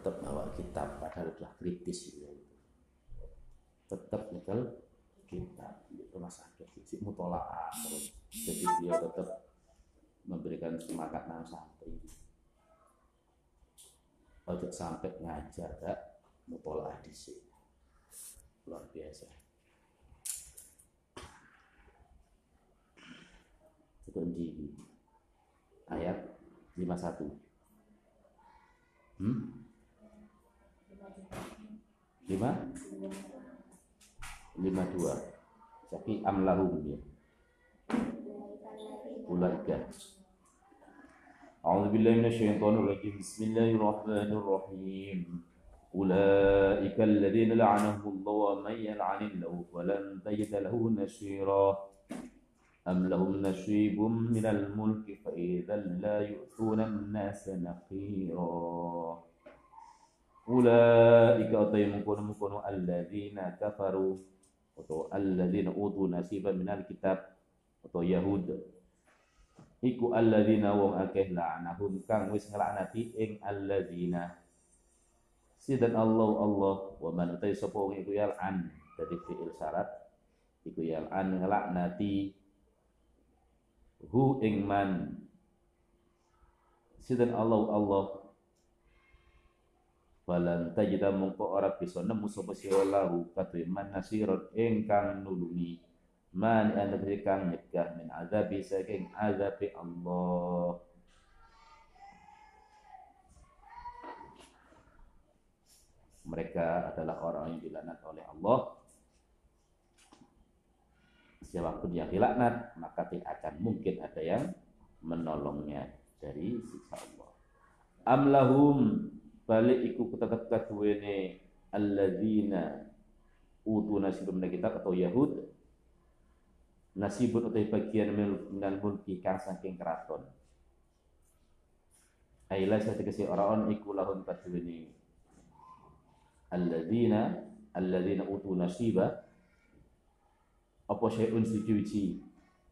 tetap bawa kitab padahal sudah kritis ya. Tetap nyekel kitab di rumah sakit si mutolaah terus, jadi dia tetap memberikan semangat nang santri untuk sampai ngajar gak mutolaah di sini, luar biasa. Itu di ayat 51. 52. Tapi amlahum ya. Ulaika. A'udzu billahi minasyaitonir rajim. Bismillahirrahmanirrahim. Ulaika alladziina la'anahumullahu wa may yal'anillahu falan tajida lahu nasira. Am lahum nasibum minal mulki fa idzal la yu'tuna an-nasa naqira. Ulaika mungkunu alladzina kafaru atau alladzina utu nasiban minal kitab atau Yahud iku alladzina wong akeh la'anahum kang wis nglaknati ing alladzina sidan Allah wa man utai sapa wong iku yal'an dari fi'il syarat iku yal'an nglaknati hu ing man sidan Allah falan tajida mongko ora bisa nemu sapa sira lahu katui man nasirun ingkang nulungi man anagri kang nyegah min azabi saking azabi Allah. Mereka adalah orang yang dilaknat oleh Allah. Siapapun yang dilaknat maka tidak akan mungkin ada yang menolongnya dari siksa Allah. Amlahum balik iku tetap kaduwene alladzina utu nasibun min kitab atau Yahud nasibun utai bagian minal mulki kang saking keraton aila sategese ora-on iku lahun kaduwene alladzina utu nasiba apa syai'un suci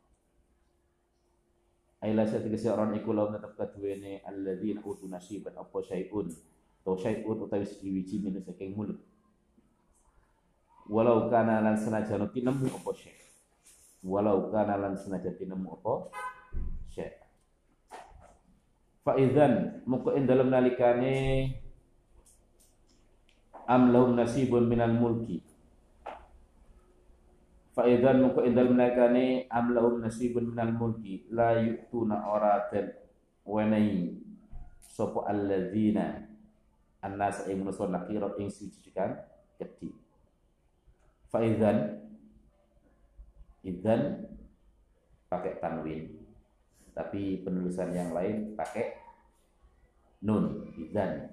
aila sategese ora-on iku lahun tetap kaduwene alladzina utu nasiban apa syai'un atau syai'un utawi siji minus saking mulk walau kana lan senajan tinemu apa syai' walau kana lan senajan tinemu apa syai' fa idzan muka ing dalem nalikane am lahum nasibun minal mulki fa idzan muka ing dalem nalikane am lahum nasibun minal mulki la yu'tuna oraten wenai sapa alladzina annas ing manusa nakira ing sucikan gedhi fa idzan pakai tanwin tapi penulisan yang lain pakai nun idzan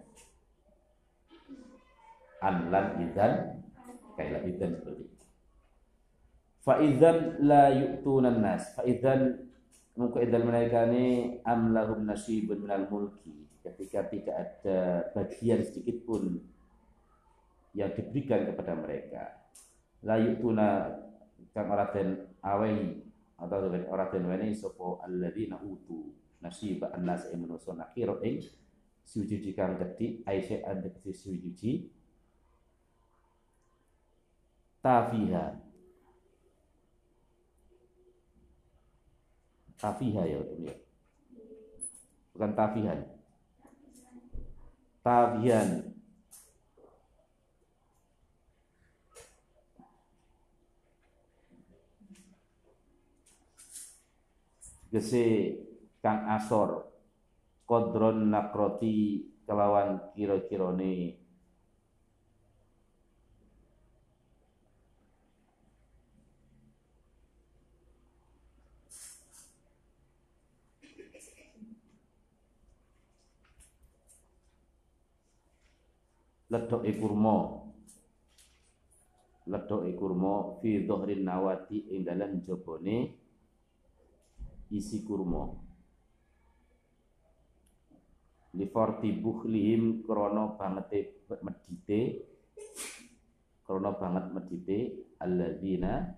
anlan idzan kayak idzan seperti itu. Fa idzan la yu'tuna nas fa idzan mungko idzan malaikane am lahum nasibun minal mulki ketika tidak ada bagian sedikit pun yang diberikan kepada mereka la yu'tuna kang ora den awehi atau ora den wenehi sapa alladzina utu nasiba annas manusa nakira ing suci kang gedhi aisy ande suci tafiha ya bukan tafihan gese kang asor kodron nakroti kelawan kira-kirane ledok kurma fi dhahrin nawati ing dalam jabone isi kurma li farti bukhlihim krana banget medite alladzina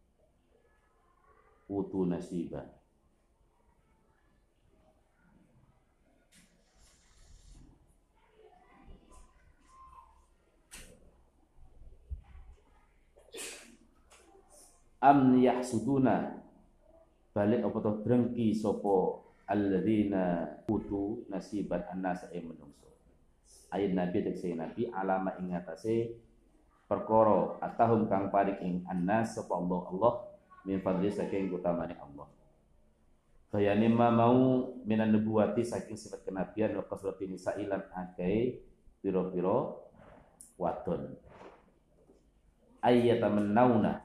utu nasiba am yahsuduna balik apa to drengki sapa alladzina utu nasiban annas ing menungso. Ayat Nabi tekse Nabi alama ing atase perkara atahum kang paring ing annas sapa Allah min fadli saking utamane Allah. Bayane mau minan nubuwati saking sifat kenabian wa kasrati nisailan akeh pira-pira wadon. Ayatamannauna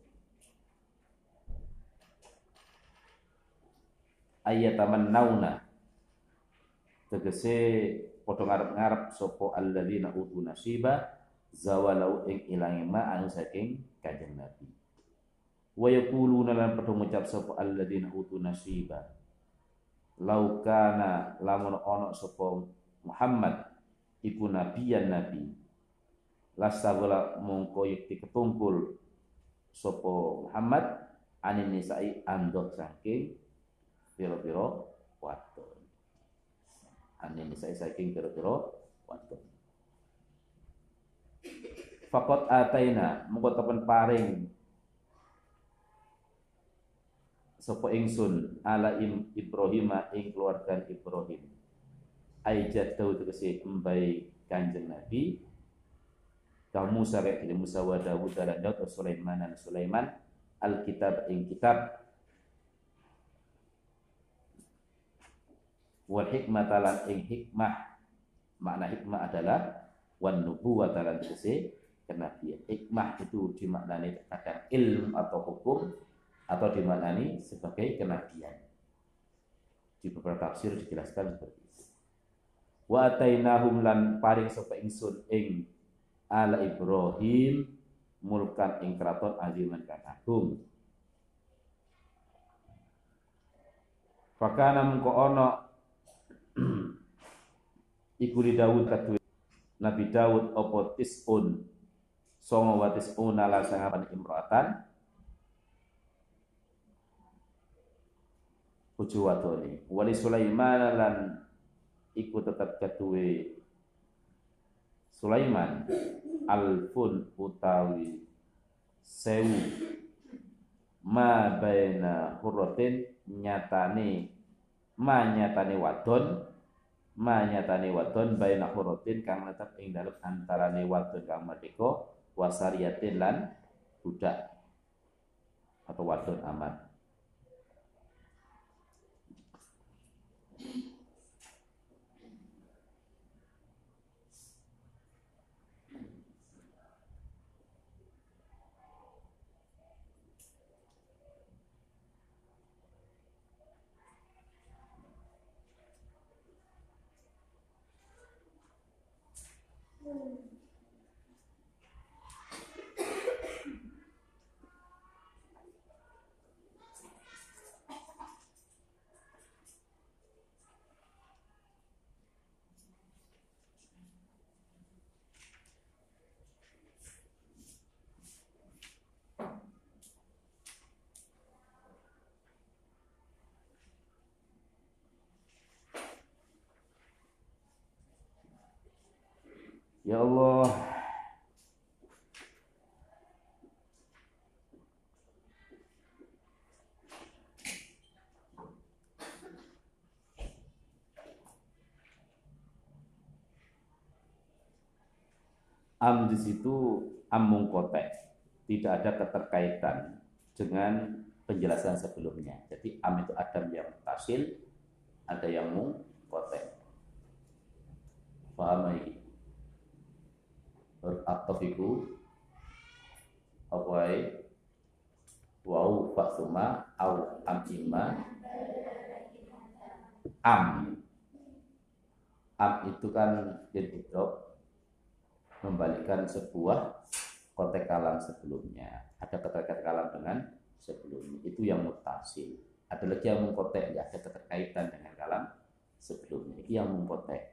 tegese padha ngarep-ngarep sapa alladzina utu nasiba zawalau ing ilange ma anu saking kanjeng Nabi. Wa yaquluna lan padha ngucap sapa alladzina utu nasiba laukana lamun ana sapa Muhammad iku nabiyan nabi lasagala mongko yekti ketungkul sapa Muhammad anin nisa'i andok saking pira-pira wadon. Anin nisa'i saking pira-pira wadon. Faqat ataina mongko tepen paring sapa ingsun ala Ibrahim ing keluarga Ibrahim. Aijat tau tegese embai Kanjeng Nabi. Kamu sarek di Musa wa Dawud dan Daud Sulaiman dan Sulaiman alkitab ing kitab wal hikmah lan ing hikmah. Makna hikmah adalah wan nubuwah lan tegese kenabian. Hikmah itu dimaknani terkadang ilmu atau hukum atau dimaknani sebagai kenabian. Di beberapa tafsir dijelaskan seperti itu. Wa atainahum lan paring sapa ingsun ing ala Ibrahim mulkan ing kraton aziman kang agung. Fakana mengko ana iku li Daud katuwe Nabi Daud apa tisun songo wa tisun ala sangapan imro'atan bojo wadone. Wali Sulaiman lan iku tetap katuwe Sulaiman alfun utawi sewu ma baina hurratin nyatane wadon baina hurratin kang netep ing dalem antarane wadon kang merdeka wasariyatin lan budak atau wadon amat. Ya Allah, di situ mungkotek, tidak ada keterkaitan dengan penjelasan sebelumnya. Jadi itu ada yang tasil, ada yang mungkotek. Paham lagi? At-tafiku awai wau faksuma au amima itu kan idrok membalikan sebuah konteks kalam sebelumnya. Ada keterkaitan kalam dengan sebelumnya. Itu yang mutasil. Ada lagi yang mengkotek, ya ada keterkaitan dengan kalam sebelumnya. Ini yang mengkotek.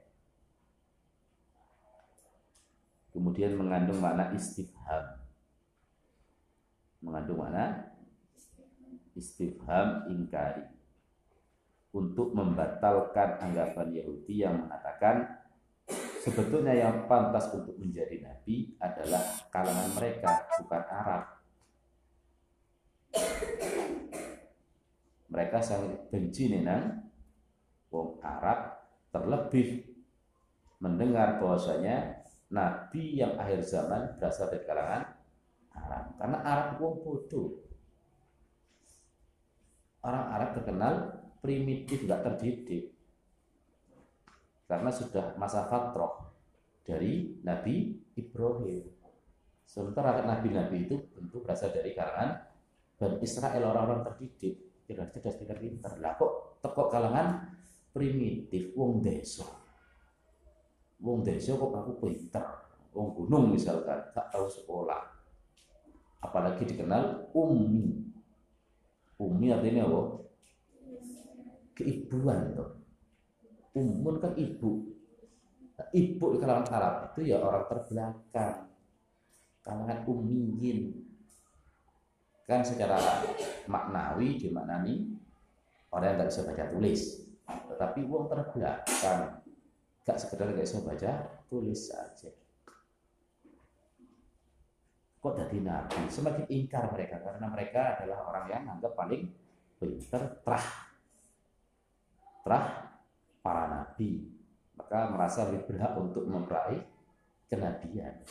Kemudian mengandung makna istifham. Mengandung makna istifham ingkari. Untuk membatalkan anggapan Yahudi yang mengatakan sebetulnya yang pantas untuk menjadi nabi adalah kalangan mereka, bukan Arab. Mereka sangat benci nang wong Arab, terlebih mendengar bahwasanya nabi yang akhir zaman berasal dari kalangan Arab. Karena Arab wong bodoh. Orang Arab terkenal primitif, nggak terdidik. Karena sudah masa fatrah dari Nabi Ibrahim. Sementara nabi-nabi itu tentu berasal dari kalangan Bani Israel, orang-orang terdidik, cerdas, pintar-pintar. Lah kok teko kalangan primitif, wong desa. Wong desa kok aku pinter. Wong gunung misalkan, gak tahu sekolah. Apalagi dikenal ummi. Ummi artinya apa? Keibuan tuh. Ummun kan ibu. Nah, ibu di kalangan Arab itu ya orang terbelakang, kalangan ummiyin. Kan secara maknawi dimaknani orang yang nggak bisa baca tulis, tetapi wong terbelakang, gak sekedar nggak bisa baca tulis saja. Kok jadi nabi? Semakin ingkar mereka karena mereka adalah orang yang anggap paling pinter, terah para nabi, maka merasa lebih berhak untuk memperaih kenabian.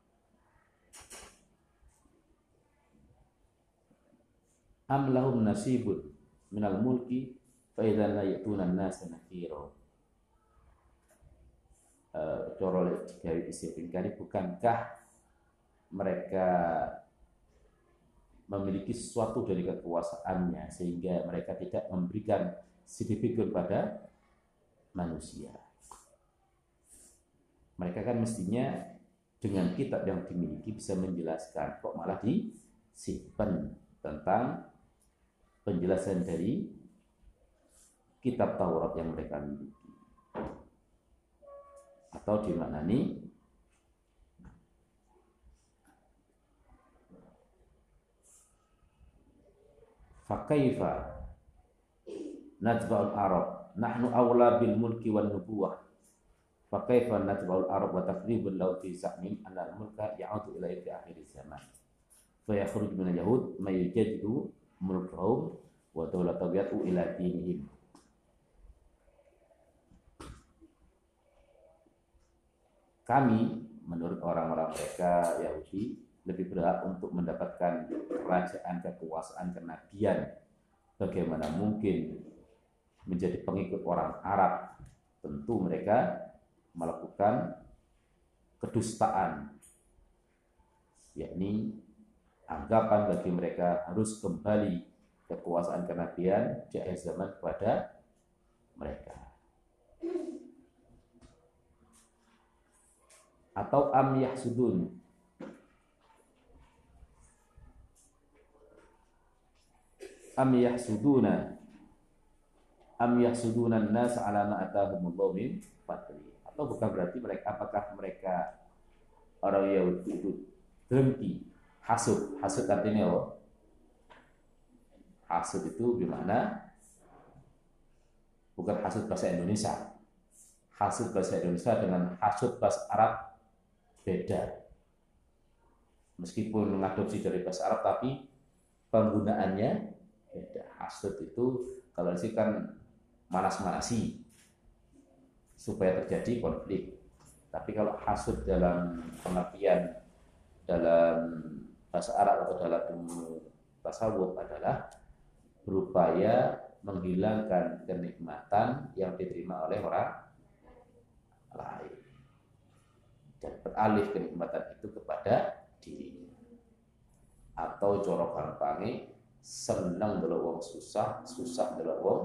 Am lahum nasibun minal mulki fa idzan la ya'tuna an-nasa nakira. Corol dari isi ingkari, bukankah mereka memiliki sesuatu dari kekuasaannya sehingga mereka tidak memberikan sedikit pun pada manusia. Mereka kan mestinya dengan kitab yang dimiliki bisa menjelaskan, kok malah disimpan tentang penjelasan dari kitab Taurat yang mereka miliki. Atau dimaknani fakaifa najba'ul Arab nahnu awla bil mulki wan nubuwah fakaifa najba'ul Arab wa taqribun law fi sa'min anna al mulka ya'udu ila fi akhir zaman fa yakhruj min al yahud may yujadidu mulkahum wa dawlatahum ila dinihim. Kami menurut orang-orang mereka Yahudi lebih berhak untuk mendapatkan kerajaan, kekuasaan, kenabian. Bagaimana mungkin menjadi pengikut orang Arab? Tentu mereka melakukan kedustaan, yakni anggapan bagi mereka harus kembali kekuasaan kenabian di akhir zaman kepada mereka. Atau am yahsudun, am yahsuduna an-nas ala ma atahumullahu min fadli. Atau bukan berarti mereka, apakah mereka orang Yahudi itu dengki, hasud artinya apa? Hasud itu gimana? Bukan hasud bahasa Indonesia. Hasud bahasa Indonesia dengan hasud bahasa Arab beda. Meskipun mengadopsi dari bahasa Arab, tapi penggunaannya beda. Hasud itu kalau sih kan manas-manasi supaya terjadi konflik. Tapi kalau hasud dalam pengertian dalam bahasa Arab atau dalam ilmu tasawuf adalah berupaya menghilangkan kenikmatan yang diterima oleh orang lain dan beralih kenikmatan itu kepada diri. Atau corok gampangnya senang delok wong susah, susah delok wong.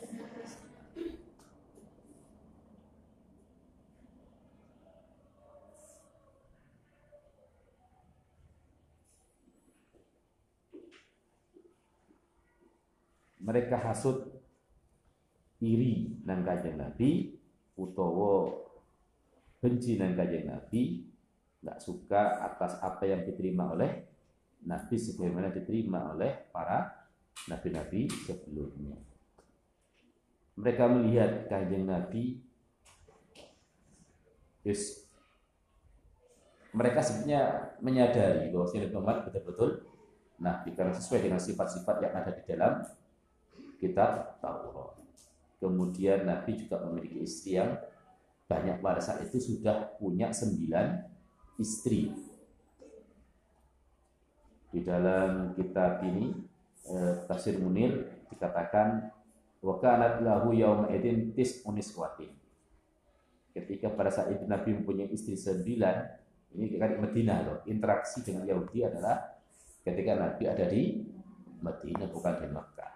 Mereka hasud iri nang Kanjeng Nabi utawa benci nang Kanjeng Nabi, enggak suka atas apa yang diterima oleh Nabi sebagaimana diterima oleh para nabi-nabi sebelumnya. Mereka melihat Kanjeng Nabi, mereka sebenarnya menyadari bahwa Nabi Muhammad betul-betul Nabi karena sesuai dengan sifat-sifat yang ada di dalam kitab Taurat. Kemudian Nabi juga memiliki istri yang banyak, pada saat itu sudah punya 9 istri. Di dalam kitab ini Tafsir Munir dikatakan wa kanat lahu yauma idzin tis'un niswatin. Ketika pada saat itu Nabi mempunyai istri 9, ini kan Madinah loh. Interaksi dengan Yahudi adalah ketika Nabi ada di Madinah, bukan di Makkah.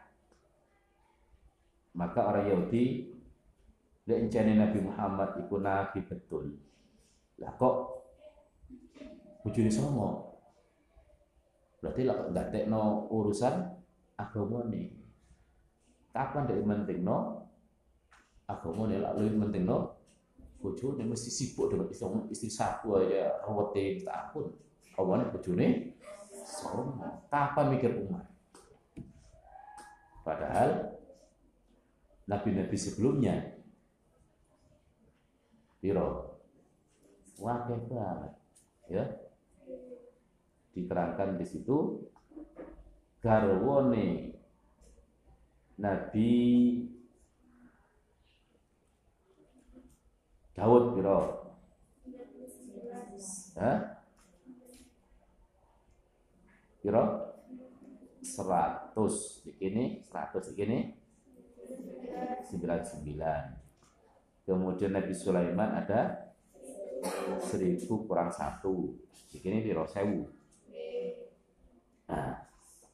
Maka orang Yahudi lencane Nabi Muhammad iku nabi betul. Lah kok bojone songo? Berarti lah enggak tekno urusan agama nih. Kapan dia mentingno agama nih? Lalu mentingno bojone mesti sibuk dengan istri satu aja, rawate tahun. Kawane bojone songo. Kapan mikir umat? Padahal nabi-nabi sebelumnya piro wakil banget, ya. Diterangkan di situ garwane Nabi Daud piro? Piro? 100. Ini 100 ini 99. Kemudian Nabi Sulaiman ada 1000 kurang 1. Ini piro? 1000. Nah,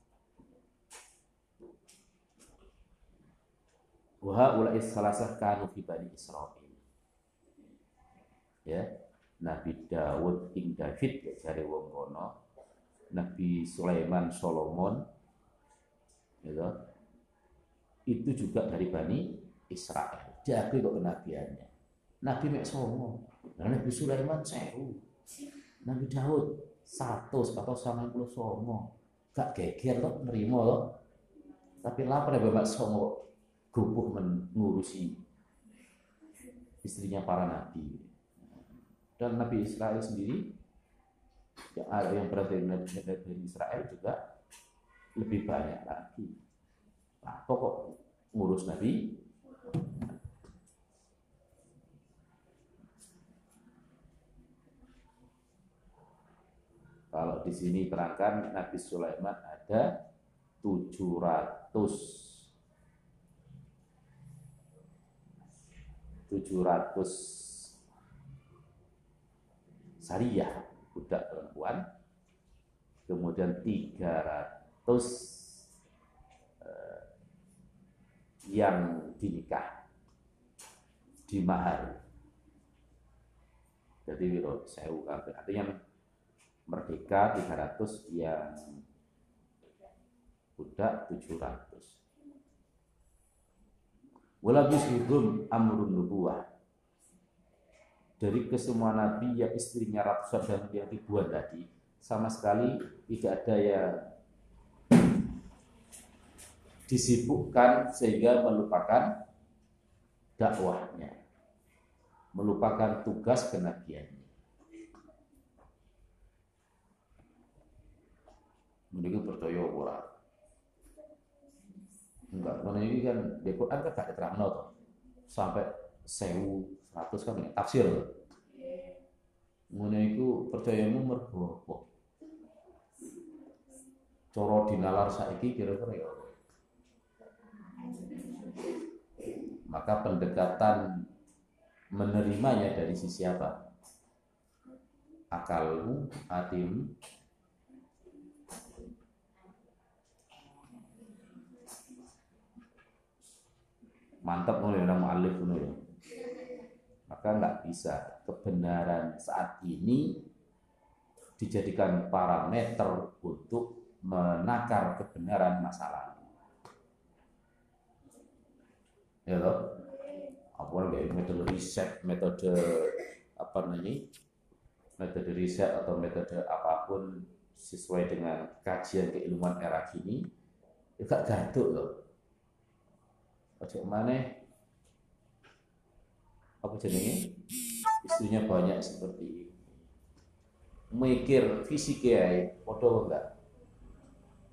wa ulai salasah kanu fi bani Israil. Ya, Nabi Daud ing David ya jare wong kono. Nabi Sulaiman Solomon gitu. Itu juga dari Bani Israel. Jago kok kenabiannya. Nabi mek songo. Nabi Sulaiman 1000. Nabi Daud 100 atau 99. Gak geger loh, nerima loh. Tapi lapar ya Bapak songo gubuh mengurusi istrinya para nabi. Dan Nabi Israel sendiri yang ada yang berada di Israel juga lebih banyak lagi. Nah, pokok ngurus Nabi. Kalau di sini terangkan Nabi Sulaiman ada 700 sariyah budak perempuan, kemudian 300 yang dinikah di mahar. Jadi wiro 1000 kabeh. Artinya merdeka 300, yang budak 700. Wala bisibum amrun nubuwah. Dari kesemua nabi yang istrinya ratusan dan yang ribuan tadi, sama sekali tidak ada yang disibukkan sehingga melupakan dakwahnya, melupakan tugas kenabiannya. Mending percaya orang. Enggak, karena ini kan di Quran kan gak diterangno toh. Sampai 1100 kan tafsir. Ngono iku percayamu mergo apa? Cara dinalar saiki kira-kira ya. Maka pendekatan menerimanya dari sisi apa? Akalmu, hatimu, mantap nih orang mu'alif nih. Maka nggak bisa kebenaran saat ini dijadikan parameter untuk menakar kebenaran masa lalu. Ya loh, apa kayak metode riset, metode apa namanya, metode riset atau metode apapun sesuai dengan kajian keilmuan era kini, juga gantuk loh. Ojo mana? Apa jenenge? Istrinya banyak seperti ini. Mikir fisik ya, podo enggak?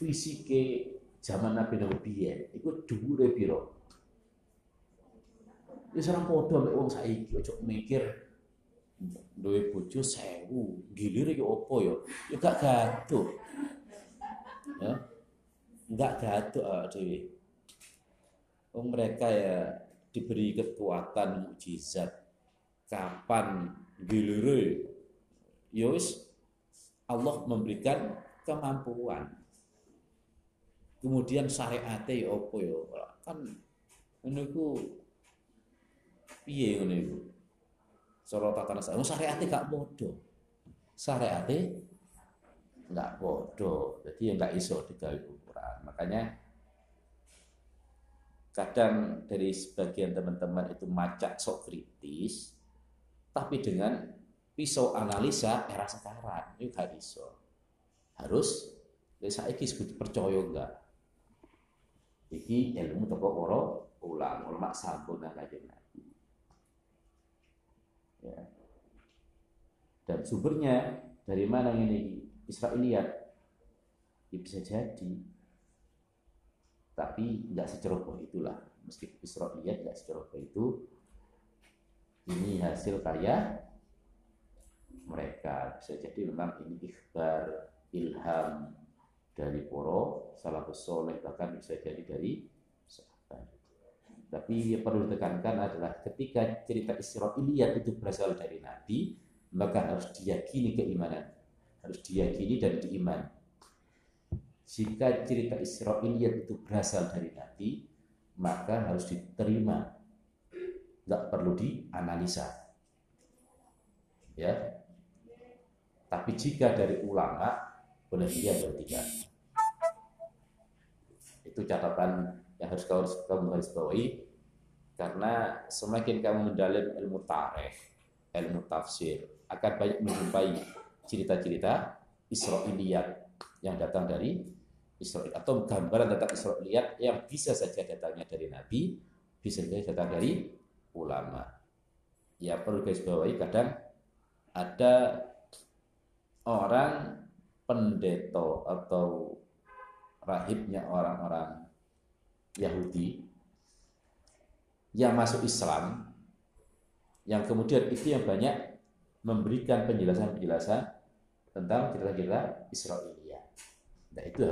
fisike zaman Nabi biyen iku dhuwure pira. Wis ora padha mek wong saiki, ojo mikir duwe bojo 1000, gilir iki opo ya? Ya gak gaduh. Ya. Enggak gaduh dhewe. Wong mereka ya diberi kekuatan mukjizat. Kapan gilire? Ya wis Allah memberikan kemampuan. Kemudian syariate ya apa ya? Kan ngono iku piye ngono iku? Cara tatanan syariate gak padha. Syariate enggak padha. Jadi ya enggak iso digawe ukuran. Makanya kadang dari sebagian teman-teman itu macak sok kritis, tapi dengan pisau analisa era sekarang itu gak iso. Harus saiki disebut percaya enggak. Iki ilmu teko para ulama sampun Kanjeng Nabi. Ya. Dan sumbernya dari mana ini? Israiliyat. Ya, bisa jadi. Tapi enggak seceroboh itulah. Meskipun Israiliyat enggak seceroboh itu. Ini hasil karya mereka. Bisa jadi memang ini ikhbar, ilham dari para salafus saleh, bahkan bisa jadi dari sahabat. Tapi yang perlu ditekankan adalah ketika cerita Israiliyat itu berasal dari Nabi, maka harus diyakini keimanan, harus diyakini dan diimani. Jika cerita Israiliyat itu berasal dari Nabi, maka harus diterima, nggak perlu dianalisa. Ya. Tapi jika dari ulama, boleh dia bertiga. Itu catatan yang harus kamu garis bawahi, karena semakin kamu mendalam ilmu tarikh, ilmu tafsir, akan banyak menjumpai cerita-cerita Israiliyat yang datang dari Israil, atau gambaran tentang Israiliyat yang bisa saja datangnya dari Nabi, bisa saja datang dari ulama. Ya perlu garis bawahi, kadang ada orang pendeta atau rahibnya orang-orang Yahudi yang masuk Islam, yang kemudian itu yang banyak memberikan penjelasan-penjelasan tentang cerita-cerita Israiliyat. Nah itu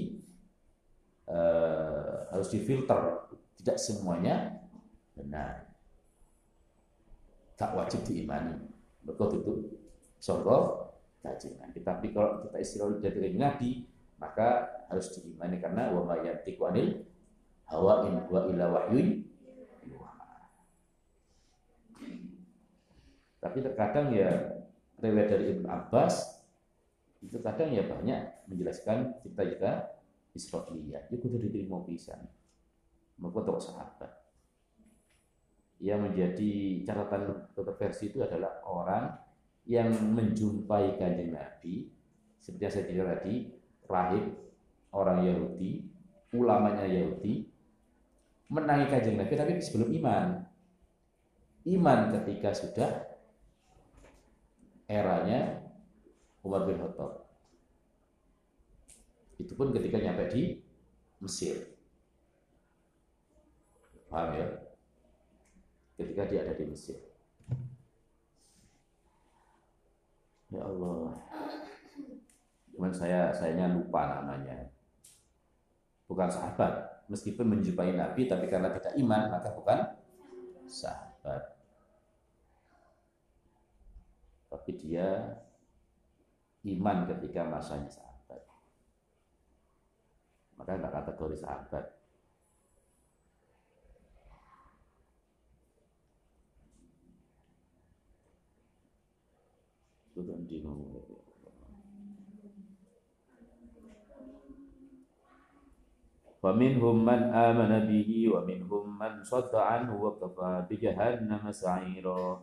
harus difilter, tidak semuanya benar, tak wajib diimani. Berikut itu contoh Kanjeng Nabi. Tapi kalau kita Israiliyat dari Nabi, maka harus diimani, karena wa ma yantiqu anil hawa in huwa illa wahyun. Tapi terkadang ya riwayat dari Ibnu Abbas itu kadang ya banyak menjelaskan cerita-cerita Israiliyat. Itu kudu diterima pisan. Mergo tok sahabat. Yang menjadi catatan kontroversi itu adalah orang yang menjumpai Kanjeng Nabi, seperti yang saya cerita tadi, rahib orang Yahudi, ulamanya Yahudi, menangi Kanjeng Nabi tapi sebelum iman. Iman ketika sudah eranya Umar bin Khattab. Itu pun ketika nyampe di Mesir. Paham ya? Ketika dia ada di Mesir. Ya Allah. Cuman sayanya lupa namanya. Bukan sahabat. Meskipun menjumpai Nabi, tapi karena tidak iman, maka bukan sahabat. Tapi dia iman ketika masanya sahabat. Maka tidak kategori sahabat. Wa minhum man amana bihi wa minhum man sadda anhu wa kafa bi jahannam sa'ira.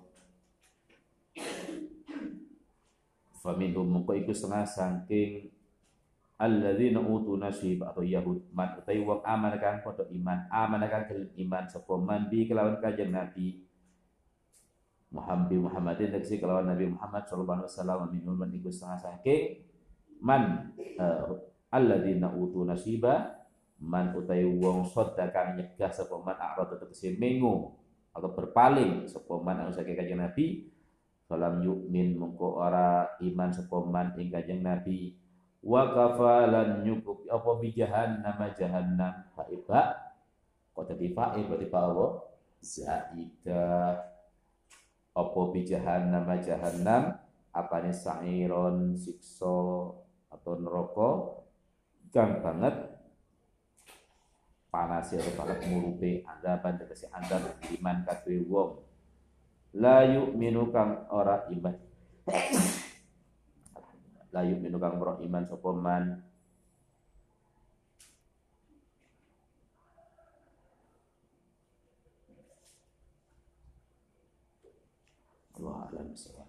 Fa minhum mongko iku setengah saking alladzina utu nasib atau yahud man utai wong aman kang padha iman, aman kang gelem iman sapa man bi kelawan Kanjeng Nabi Muhammadin tegese kelawan Nabi Muhammad sallallahu alaihi wasallam, minhum man iku setengah saking man alladzina utu nasiba man utai wong sadda kang nyegah sapa man a'rad tegese mengo atau berpaling sapa man anu saking Kanjeng Nabi falam yu'min mengko ora iman sapa man ing Kanjeng Nabi wa kafalan nyukup apa bi jahannam haiba kok dadi fa'il berarti apa zaidah apa bi jahannam apane sa'iron siksa atau neraka kang banget panas ya banget murupe azaban tegese azab iman kabeh wong la yu'minu kang ora iman la yu'minu kang ora iman sapa man Allah alam